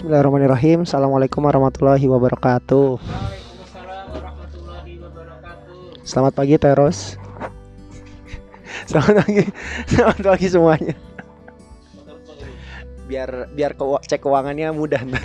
Bismillahirrahmanirrahim. Assalamualaikum warahmatullahi wabarakatuh. Waalaikumsalam warahmatullahi wabarakatuh. Selamat pagi Teros. Selamat pagi. Selamat pagi semuanya. Biar cek keuangannya mudah ntar.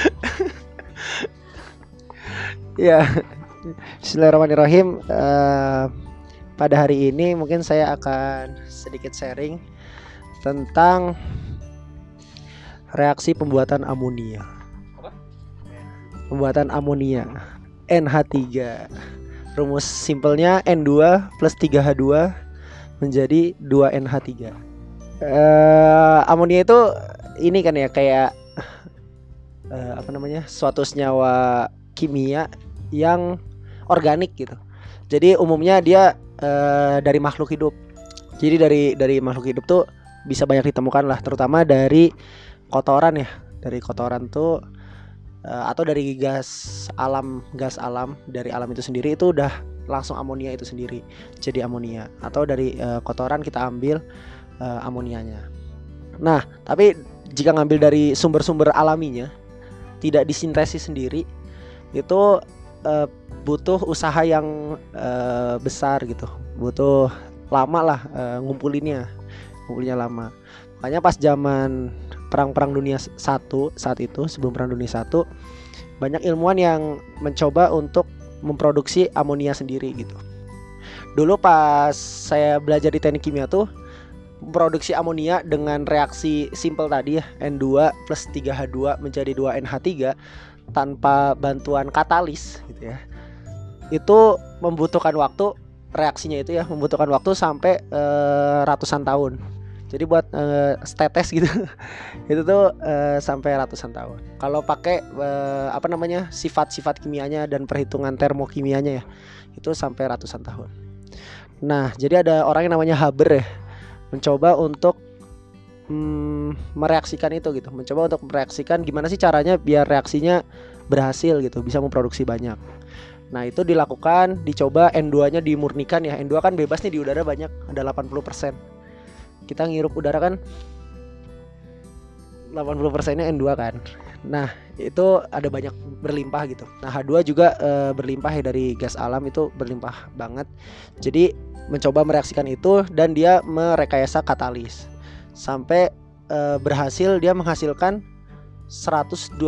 Ya. Bismillahirrahmanirrahim. Pada hari ini mungkin saya akan sedikit sharing tentang reaksi pembuatan amonia. Pembuatan amonia NH3. Rumus simpelnya N2 plus 3H2 menjadi 2NH3. Amonia itu ini kan ya kayak suatu senyawa kimia yang organik gitu. Jadi umumnya dia dari makhluk hidup. Jadi dari makhluk hidup tuh bisa banyak ditemukan lah, terutama dari kotoran ya, dari kotoran tuh atau dari gas alam dari alam itu sendiri, itu udah langsung amonia itu sendiri jadi amonia, atau dari kotoran kita ambil amonianya. Nah, tapi jika ngambil dari sumber-sumber alaminya, tidak disintesis sendiri, itu butuh usaha yang besar gitu, butuh lama lah, ngumpulinnya lama. Makanya pas zaman Perang Dunia I saat itu, sebelum Perang Dunia I, banyak ilmuwan yang mencoba untuk memproduksi amonia sendiri gitu. Dulu pas saya belajar di teknik kimia tuh, memproduksi amonia dengan reaksi simpel tadi ya, N2 plus 3H2 menjadi 2NH3 tanpa bantuan katalis gitu ya. Itu membutuhkan waktu, reaksinya itu ya membutuhkan waktu sampai ratusan tahun. Jadi buat tetes gitu itu tuh sampai ratusan tahun. Kalau pakai sifat-sifat kimianya dan perhitungan termokimianya ya, itu sampai ratusan tahun. Nah, jadi ada orang yang namanya Haber ya, mencoba untuk mereaksikan itu gitu, mencoba untuk mereaksikan gimana sih caranya biar reaksinya berhasil gitu, bisa memproduksi banyak. Nah, itu dilakukan, dicoba N2-nya dimurnikan ya. N2 kan bebas nih di udara, banyak, ada 80%. Kita ngirup udara kan 80%-nya N2 kan. Nah, itu ada banyak berlimpah gitu. Nah, H2 juga berlimpah ya, dari gas alam itu berlimpah banget. Jadi mencoba mereaksikan itu, dan dia merekayasa katalis sampai berhasil dia menghasilkan 125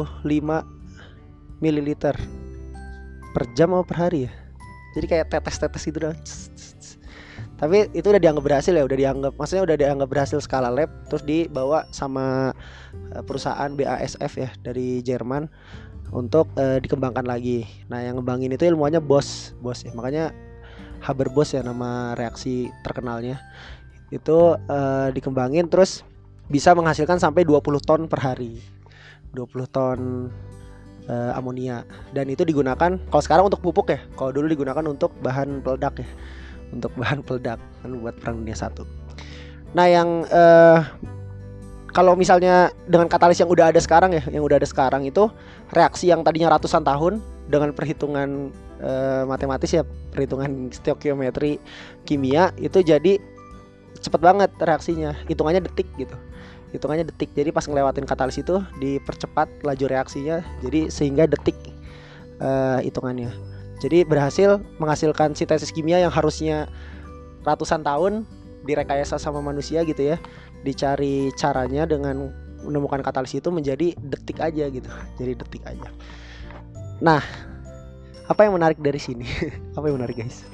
ml per jam atau per hari ya. Jadi kayak tetes-tetes gitu dah. Tapi itu udah dianggap berhasil ya, udah dianggap berhasil skala lab, terus dibawa sama perusahaan BASF ya dari Jerman untuk dikembangkan lagi. Nah, yang ngembangin itu ilmuannya Bosch ya, makanya Haber-Bosch ya nama reaksi terkenalnya. Itu dikembangin terus bisa menghasilkan sampai 20 ton per hari, 20 ton amonia. Dan itu digunakan, kalau sekarang untuk pupuk ya, kalau dulu digunakan untuk bahan peledak ya, untuk bahan peledak kan buat Perang Dunia I. Nah, yang kalau misalnya dengan katalis yang udah ada sekarang itu, reaksi yang tadinya ratusan tahun dengan perhitungan matematis ya, perhitungan stoikiometri kimia, itu jadi cepet banget reaksinya, hitungannya detik gitu. Jadi pas ngelewatin katalis itu dipercepat laju reaksinya, jadi sehingga detik hitungannya. Jadi berhasil menghasilkan sintesis kimia yang harusnya ratusan tahun, direkayasa sama manusia gitu ya. Dicari caranya dengan menemukan katalis itu menjadi detik aja gitu. Jadi detik aja. Nah, apa yang menarik dari sini? Apa yang menarik, guys?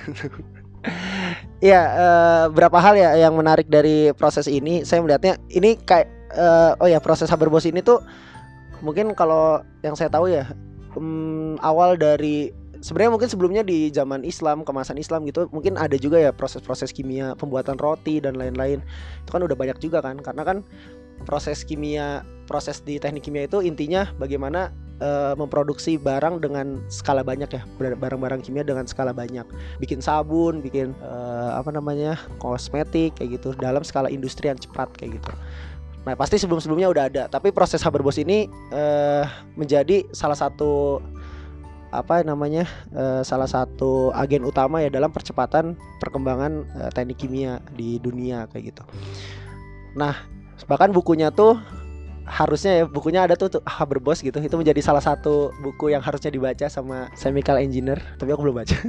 Ya, berapa hal ya yang menarik dari proses ini. Saya melihatnya ini kayak proses Haber-Bosch ini tuh mungkin kalau yang saya tahu ya, awal dari, sebenarnya mungkin sebelumnya di zaman Islam, kemasan Islam gitu, mungkin ada juga ya proses-proses kimia pembuatan roti dan lain-lain. Itu kan udah banyak juga kan, karena kan proses di teknik kimia itu intinya bagaimana memproduksi barang dengan skala banyak ya, barang-barang kimia dengan skala banyak, bikin sabun, bikin kosmetik kayak gitu dalam skala industri yang cepat kayak gitu. Nah, pasti sebelum-sebelumnya udah ada, tapi proses Haber-Bosch ini menjadi salah satu salah satu agen utama ya dalam percepatan perkembangan teknik kimia di dunia kayak gitu. Nah, bahkan bukunya tuh harusnya ya bukunya ada tuh Haberbosch gitu. Itu menjadi salah satu buku yang harusnya dibaca sama chemical engineer, tapi aku belum baca.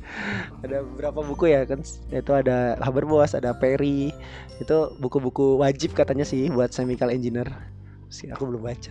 Ada beberapa buku ya kan, itu ada Haberbosch, ada Perry. Itu buku-buku wajib katanya sih buat chemical engineer. Sih aku belum baca.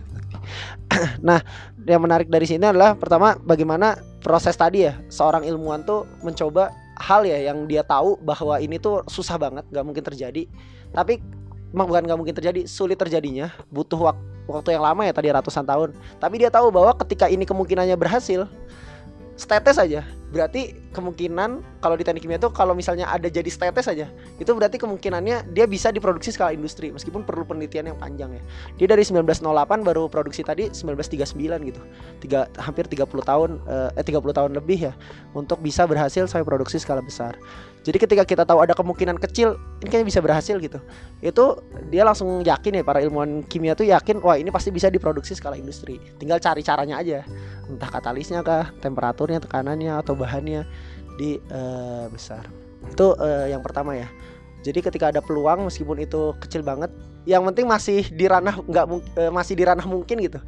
Nah, yang menarik dari sini adalah pertama bagaimana proses tadi ya, seorang ilmuwan tuh mencoba hal ya yang dia tahu bahwa ini tuh susah banget, gak mungkin terjadi. Tapi bukan gak mungkin terjadi, sulit terjadinya, butuh waktu yang lama ya, tadi ratusan tahun. Tapi dia tahu bahwa ketika ini kemungkinannya berhasil, setetes aja, berarti kemungkinan kalau di teknik kimia itu kalau misalnya ada jadi setetes aja, itu berarti kemungkinannya dia bisa diproduksi skala industri, meskipun perlu penelitian yang panjang ya. Dia dari 1908 baru produksi tadi 1939 gitu, hampir 30 tahun 30 tahun lebih ya untuk bisa berhasil sampai produksi skala besar. Jadi ketika kita tahu ada kemungkinan kecil ini kayaknya bisa berhasil gitu, itu dia langsung yakin ya, para ilmuwan kimia tuh yakin wah ini pasti bisa diproduksi skala industri. Tinggal cari caranya aja, entah katalisnya kah, temperaturnya, tekanannya, atau bahannya di besar. Itu yang pertama ya. Jadi ketika ada peluang meskipun itu kecil banget, yang penting masih di ranah masih di ranah mungkin gitu.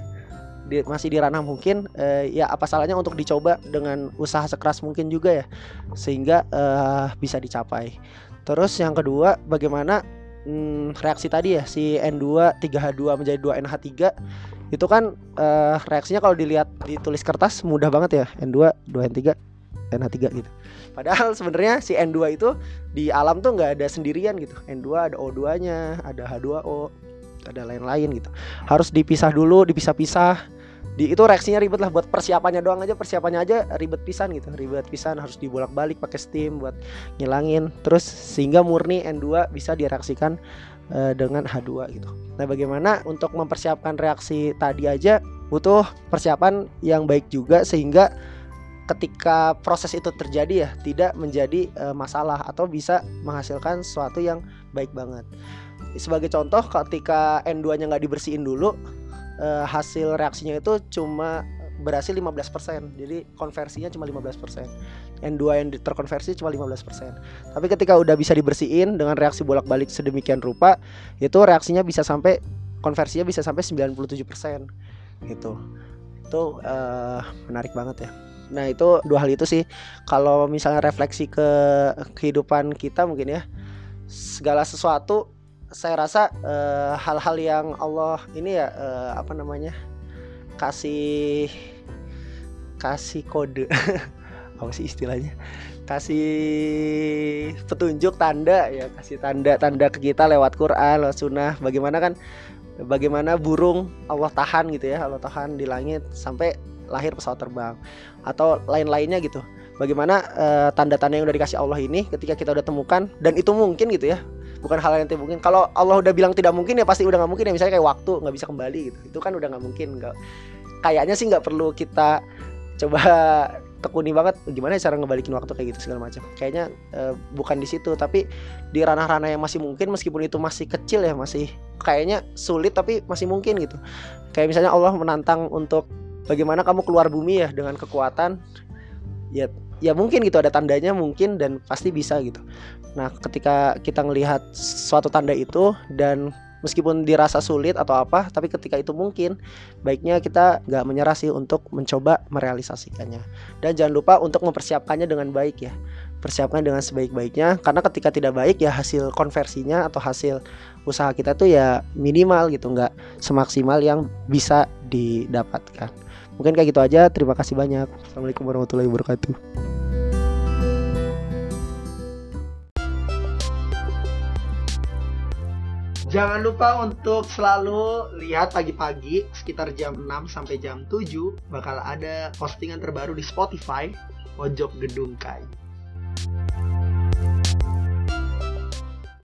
Masih di ranah mungkin, ya apa salahnya untuk dicoba dengan usaha sekeras mungkin juga ya, sehingga bisa dicapai. Terus yang kedua, bagaimana reaksi tadi ya, si N2 3H2 menjadi 2NH3 itu kan reaksinya kalau dilihat ditulis kertas mudah banget ya, N2 2N3 NH3 gitu. Padahal sebenarnya si N2 itu di alam tuh nggak ada sendirian gitu. N2 ada O2-nya, ada H2O, ada lain-lain gitu. Harus dipisah dulu, dipisah-pisah. Itu reaksinya ribet lah, buat persiapannya aja ribet pisan gitu. Ribet pisan, harus dibolak-balik pakai steam buat ngilangin. Terus sehingga murni N2 bisa direaksikan dengan H2 gitu. Nah, bagaimana untuk mempersiapkan reaksi tadi aja butuh persiapan yang baik juga, sehingga ketika proses itu terjadi ya tidak menjadi masalah atau bisa menghasilkan sesuatu yang baik banget. Sebagai contoh, ketika N2-nya nggak dibersihin dulu, hasil reaksinya itu cuma berhasil 15%. Jadi konversinya cuma 15%. N2 yang terkonversi cuma 15%. Tapi ketika udah bisa dibersihin dengan reaksi bolak-balik sedemikian rupa, itu reaksinya bisa sampai, konversinya bisa sampai 97% gitu. Itu menarik banget ya. Nah, itu dua hal itu sih. Kalau misalnya refleksi ke kehidupan kita mungkin ya, segala sesuatu saya rasa hal-hal yang Allah ini ya kasih kode apa sih istilahnya, kasih petunjuk, tanda ya, kasih tanda ke kita lewat Quran, lewat sunnah. Bagaimana burung Allah tahan gitu ya, Allah tahan di langit sampai lahir pesawat terbang atau lain-lainnya gitu. Bagaimana tanda-tanda yang udah dikasih Allah ini ketika kita udah temukan dan itu mungkin gitu ya, bukan hal yang tidak mungkin. Kalau Allah udah bilang tidak mungkin ya pasti udah nggak mungkin ya. Misalnya kayak waktu nggak bisa kembali gitu, itu kan udah nggak mungkin. Kayaknya sih nggak perlu kita coba tekuni banget gimana cara ngebalikin waktu kayak gitu segala macam. Kayaknya bukan di situ, tapi di ranah-ranah yang masih mungkin, meskipun itu masih kecil ya, masih kayaknya sulit tapi masih mungkin gitu. Kayak misalnya Allah menantang untuk bagaimana kamu keluar bumi ya dengan kekuatan, ya mungkin gitu, ada tandanya mungkin dan pasti bisa gitu. Nah, ketika kita ngelihat suatu tanda itu dan meskipun dirasa sulit atau apa, tapi ketika itu mungkin, baiknya kita gak menyerah sih untuk mencoba merealisasikannya. Dan jangan lupa untuk mempersiapkannya dengan baik ya. Persiapkan dengan sebaik-baiknya, karena ketika tidak baik ya hasil konversinya atau hasil usaha kita tuh ya minimal gitu, gak semaksimal yang bisa didapatkan. Mungkin kayak gitu aja, terima kasih banyak. Assalamualaikum warahmatullahi wabarakatuh. Jangan lupa untuk selalu lihat pagi-pagi sekitar jam 6 sampai jam 7 bakal ada postingan terbaru di Spotify, Pojok Gedung Kai.